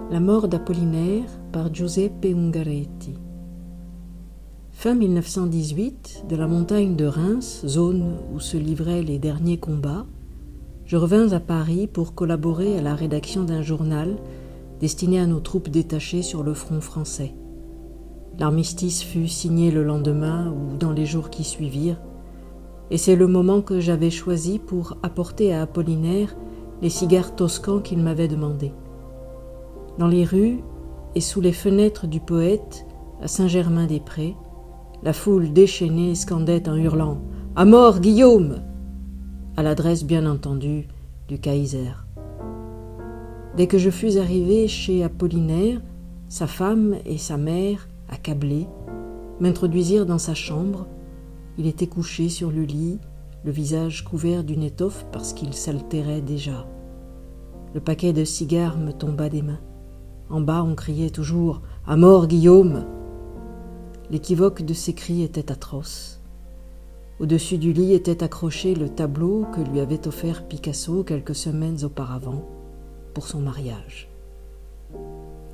La mort d'Apollinaire par Giuseppe Ungaretti. Fin 1918, de la montagne de Reims, zone où se livraient les derniers combats, je revins à Paris pour collaborer à la rédaction d'un journal destiné à nos troupes détachées sur le front français. L'armistice fut signé le lendemain ou dans les jours qui suivirent, et c'est le moment que j'avais choisi pour apporter à Apollinaire les cigares toscans qu'il m'avait demandés. Dans les rues et sous les fenêtres du poète, à Saint-Germain-des-Prés, la foule déchaînée scandait en hurlant « À mort, Guillaume !» à l'adresse bien entendu du Kaiser. Dès que je fus arrivé chez Apollinaire, sa femme et sa mère, accablées, m'introduisirent dans sa chambre. Il était couché sur le lit, le visage couvert d'une étoffe parce qu'il s'altérait déjà. Le paquet de cigares me tomba des mains. En bas, on criait toujours « À mort, Guillaume !» L'équivoque de ces cris était atroce. Au-dessus du lit était accroché le tableau que lui avait offert Picasso quelques semaines auparavant pour son mariage.